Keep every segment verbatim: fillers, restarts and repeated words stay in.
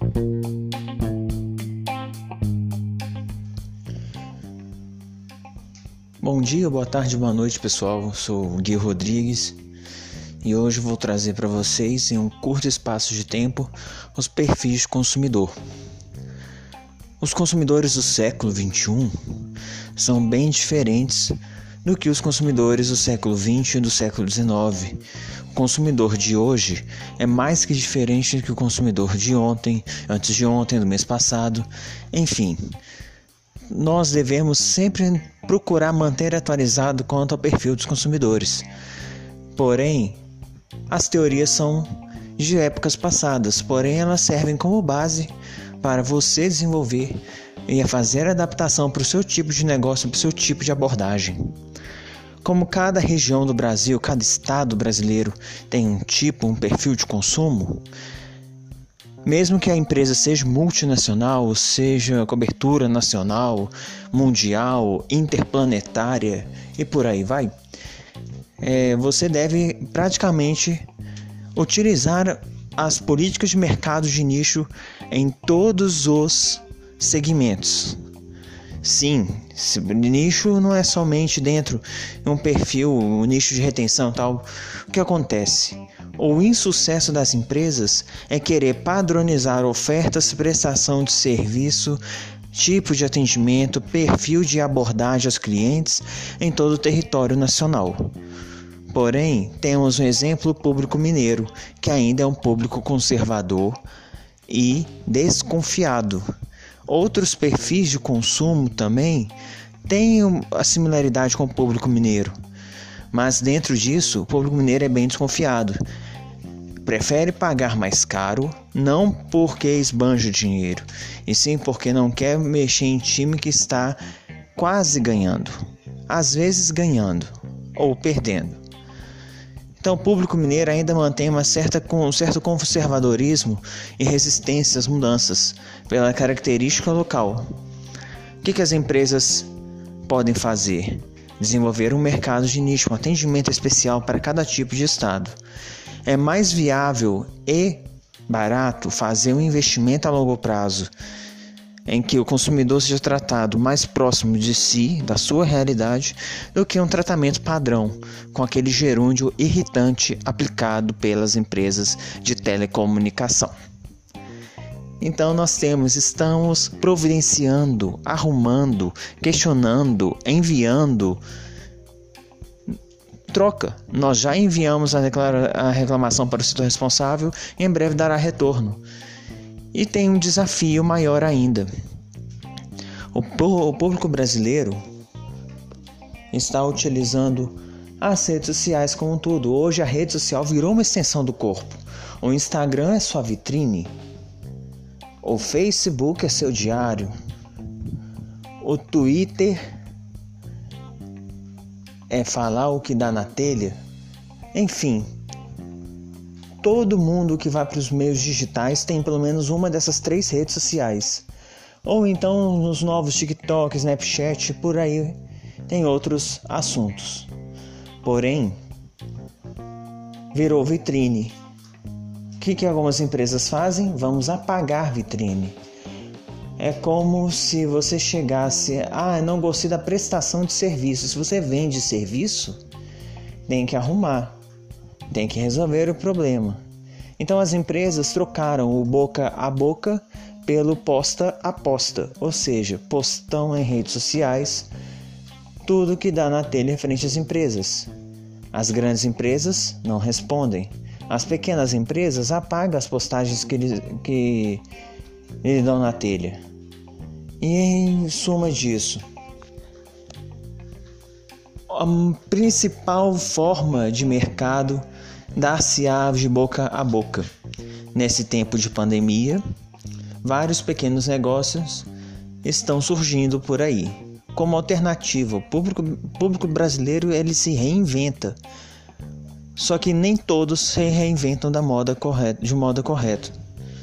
Bom dia, boa tarde, boa noite, pessoal. Eu sou o Gui Rodrigues e hoje vou trazer para vocês, em um curto espaço de tempo, os perfis de consumidor. Os consumidores do século vinte e um são bem diferentes do que os consumidores do século vinte e do século dezenove. O consumidor de hoje é mais que diferente do que o consumidor de ontem, antes de ontem, do mês passado, enfim. Nós devemos sempre procurar manter atualizado quanto ao perfil dos consumidores. Porém, as teorias são de épocas passadas, porém elas servem como base para você desenvolver e fazer adaptação para o seu tipo de negócio, para o seu tipo de abordagem. Como cada região do Brasil, cada estado brasileiro tem um tipo, um perfil de consumo, mesmo que a empresa seja multinacional, seja cobertura nacional, mundial, interplanetária e por aí vai, é, você deve praticamente utilizar as políticas de mercado de nicho em todos os segmentos. Sim, nicho não é somente dentro de um perfil, um nicho de retenção e tal. O que acontece? O insucesso das empresas é querer padronizar ofertas, prestação de serviço, tipo de atendimento, perfil de abordagem aos clientes em todo o território nacional. Porém, temos um exemplo público mineiro, que ainda é um público conservador e desconfiado. Outros perfis de consumo também têm a similaridade com o público mineiro, mas dentro disso o público mineiro é bem desconfiado. Prefere pagar mais caro, não porque esbanja dinheiro, e sim porque não quer mexer em time que está quase ganhando, às vezes ganhando ou perdendo. Então o público mineiro ainda mantém uma certa, um certo conservadorismo e resistência às mudanças pela característica local. O que, que as empresas podem fazer? Desenvolver um mercado de nicho, um atendimento especial para cada tipo de estado. É mais viável e barato fazer um investimento a longo prazo em que o consumidor seja tratado mais próximo de si, da sua realidade, do que um tratamento padrão, com aquele gerúndio irritante aplicado pelas empresas de telecomunicação. Então nós temos, estamos providenciando, arrumando, questionando, enviando troca. Nós já enviamos a, declara- a reclamação para o setor responsável e em breve dará retorno. E tem um desafio maior ainda. O, po- o público brasileiro está utilizando as redes sociais como um tudo. Hoje a rede social virou uma extensão do corpo. O Instagram é sua vitrine. O Facebook é seu diário. O Twitter é falar o que dá na telha. Enfim, todo mundo que vai para os meios digitais tem pelo menos uma dessas três redes sociais. Ou então nos novos TikTok, Snapchat, por aí tem outros assuntos. Porém, virou vitrine. O que, que algumas empresas fazem? Vamos apagar vitrine. É como se você chegasse, ah, não gostei da prestação de serviço. Se você vende serviço, tem que arrumar, tem que resolver o problema. Então as empresas trocaram o boca a boca pelo posta a posta, ou seja, postam em redes sociais tudo que dá na telha referente às empresas. As grandes empresas não respondem. As pequenas empresas apagam as postagens que eles, que eles dão na telha. E em suma disso, a principal forma de mercado dar-se-á de boca a boca. Nesse tempo de pandemia, vários pequenos negócios estão surgindo por aí. Como alternativa, o público, público brasileiro ele se reinventa. Só que nem todos se reinventam da moda correta, de modo correto.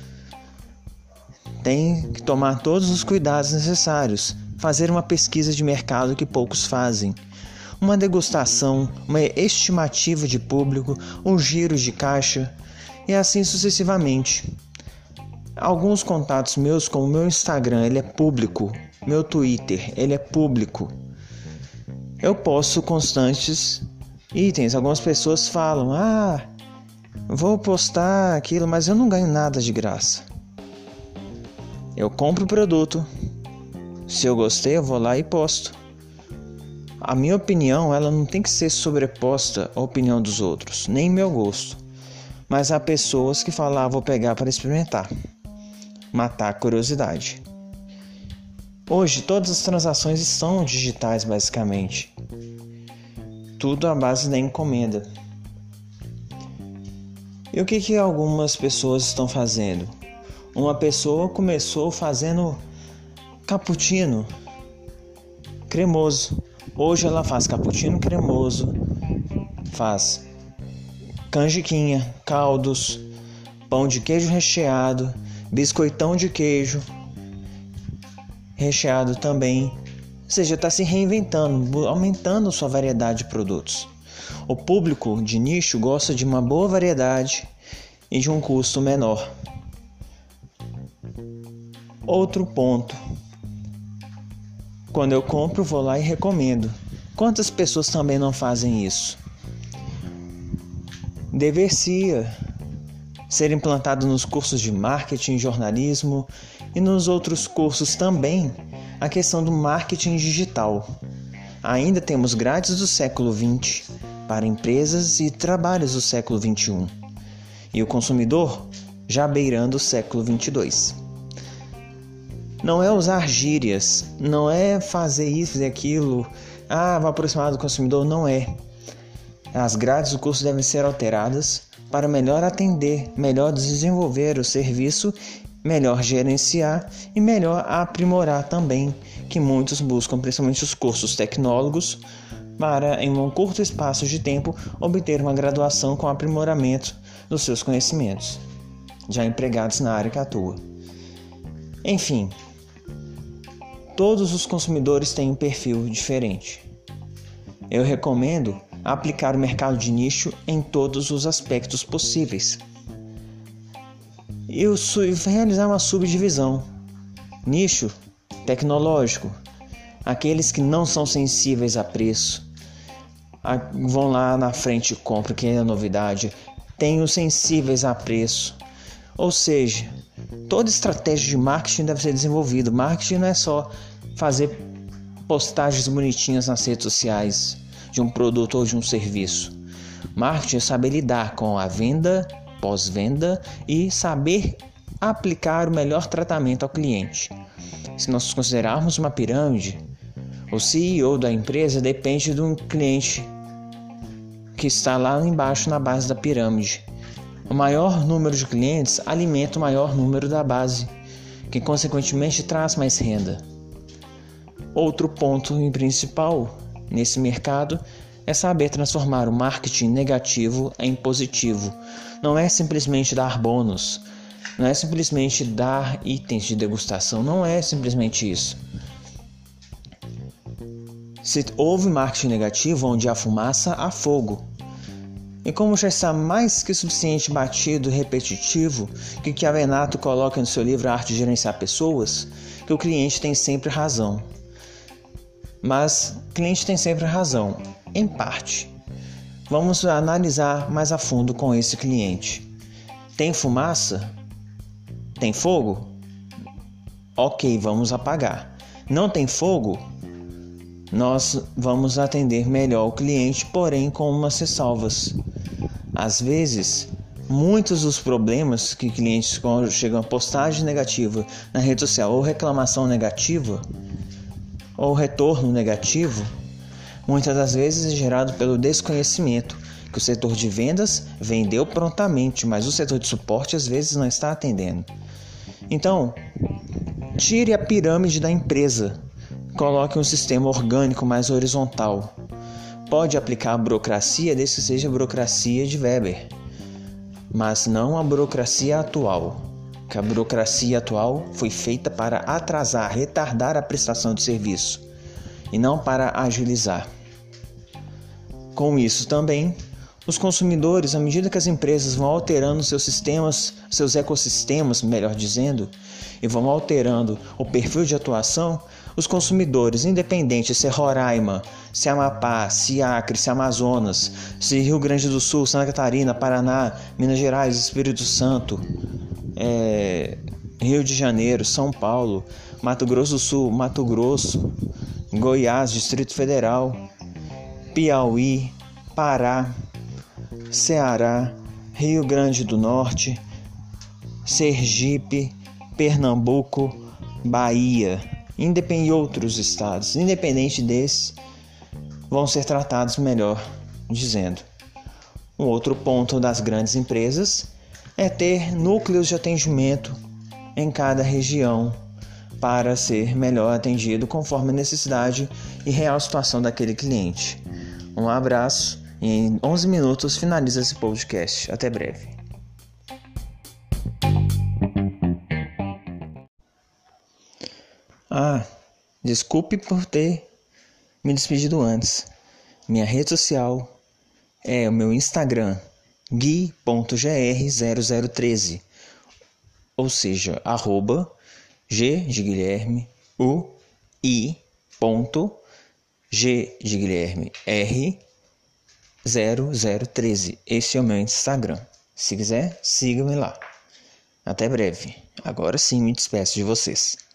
Tem que tomar todos os cuidados necessários, fazer uma pesquisa de mercado que poucos fazem, uma degustação, uma estimativa de público, um giro de caixa e assim sucessivamente. Alguns contatos meus, como meu Instagram, ele é público, meu Twitter, ele é público. Eu posto constantes itens. Algumas pessoas falam, ah, vou postar aquilo, mas eu não ganho nada de graça. Eu compro o produto, se eu gostei eu vou lá e posto. A minha opinião, ela não tem que ser sobreposta à opinião dos outros, nem meu gosto. Mas há pessoas que falam, ah, vou pegar para experimentar, matar a curiosidade. Hoje todas as transações são digitais basicamente. Tudo à base da encomenda. E o que que algumas pessoas estão fazendo? Uma pessoa começou fazendo cappuccino cremoso. Hoje ela faz cappuccino cremoso, faz canjiquinha, caldos, pão de queijo recheado, biscoitão de queijo recheado também. Ou seja, está se reinventando, aumentando sua variedade de produtos. O público de nicho gosta de uma boa variedade e de um custo menor. Outro ponto. Quando eu compro, vou lá e recomendo. Quantas pessoas também não fazem isso? Deveria ser implantado nos cursos de marketing, jornalismo e nos outros cursos também a questão do marketing digital. Ainda temos grades do século vinte para empresas e trabalhos do século vinte e um e o consumidor já beirando o século vinte e dois. Não é usar gírias, não é fazer isso, fazer aquilo, ah, vai aproximar do consumidor, não é. As grades do curso devem ser alteradas para melhor atender, melhor desenvolver o serviço, melhor gerenciar e melhor aprimorar também, que muitos buscam, principalmente os cursos tecnólogos, para em um curto espaço de tempo obter uma graduação com aprimoramento dos seus conhecimentos, já empregados na área que atua. Enfim, todos os consumidores têm um perfil diferente. Eu recomendo aplicar o mercado de nicho em todos os aspectos possíveis. E realizar uma subdivisão. Nicho tecnológico, aqueles que não são sensíveis a preço, vão lá na frente e compram, que é a novidade. Tem os sensíveis a preço. Ou seja, toda estratégia de marketing deve ser desenvolvida. Marketing não é só fazer postagens bonitinhas nas redes sociais de um produto ou de um serviço. Marketing é saber lidar com a venda, pós-venda e saber aplicar o melhor tratamento ao cliente. Se nós considerarmos uma pirâmide, o C E O da empresa depende de um cliente que está lá embaixo na base da pirâmide. O maior número de clientes alimenta o maior número da base, que consequentemente traz mais renda. Outro ponto principal nesse mercado é saber transformar o marketing negativo em positivo. Não é simplesmente dar bônus, não é simplesmente dar itens de degustação, não é simplesmente isso. Se houve marketing negativo, onde há fumaça, há fogo. E como já está mais que suficiente batido e repetitivo, que o que Avenato coloca no seu livro A Arte de Gerenciar Pessoas, que o cliente tem sempre razão. Mas o cliente tem sempre razão, em parte. Vamos analisar mais a fundo com esse cliente. Tem fumaça? Tem fogo? Ok, vamos apagar. Não tem fogo? Nós vamos atender melhor o cliente, porém com umas ressalvas. Às vezes, muitos dos problemas que clientes, quando chegam a postagem negativa na rede social ou reclamação negativa ou retorno negativo, muitas das vezes é gerado pelo desconhecimento, que o setor de vendas vendeu prontamente, mas o setor de suporte às vezes não está atendendo. Então, tire a pirâmide da empresa, coloque um sistema orgânico mais horizontal. Pode aplicar a burocracia, desde que seja a burocracia de Weber, mas não a burocracia atual, que a burocracia atual foi feita para atrasar, retardar a prestação de serviço e não para agilizar. Com isso também, Os consumidores, à medida que as empresas vão alterando seus sistemas, seus ecossistemas, melhor dizendo, e vão alterando o perfil de atuação, os consumidores, independente se é Roraima, se é Amapá, se é Acre, se é Amazonas, se é Rio Grande do Sul, Santa Catarina, Paraná, Minas Gerais, Espírito Santo, é, Rio de Janeiro, São Paulo, Mato Grosso do Sul, Mato Grosso, Goiás, Distrito Federal, Piauí, Pará, Ceará, Rio Grande do Norte, Sergipe, Pernambuco, Bahia, e outros estados, independente desses, vão ser tratados melhor, dizendo. Um outro ponto das grandes empresas é ter núcleos de atendimento em cada região para ser melhor atendido conforme a necessidade e real situação daquele cliente. Um abraço e em onze minutos finaliza esse podcast. Até breve. Ah, desculpe por ter me despedido antes. Minha rede social é o meu Instagram, gui ponto g r zero zero um três, ou seja, arroba G de Guilherme, U, I, ponto, G de Guilherme, R, zero zero um três. Esse é o meu Instagram. Se quiser, siga-me lá. Até breve. Agora sim me despeço de vocês.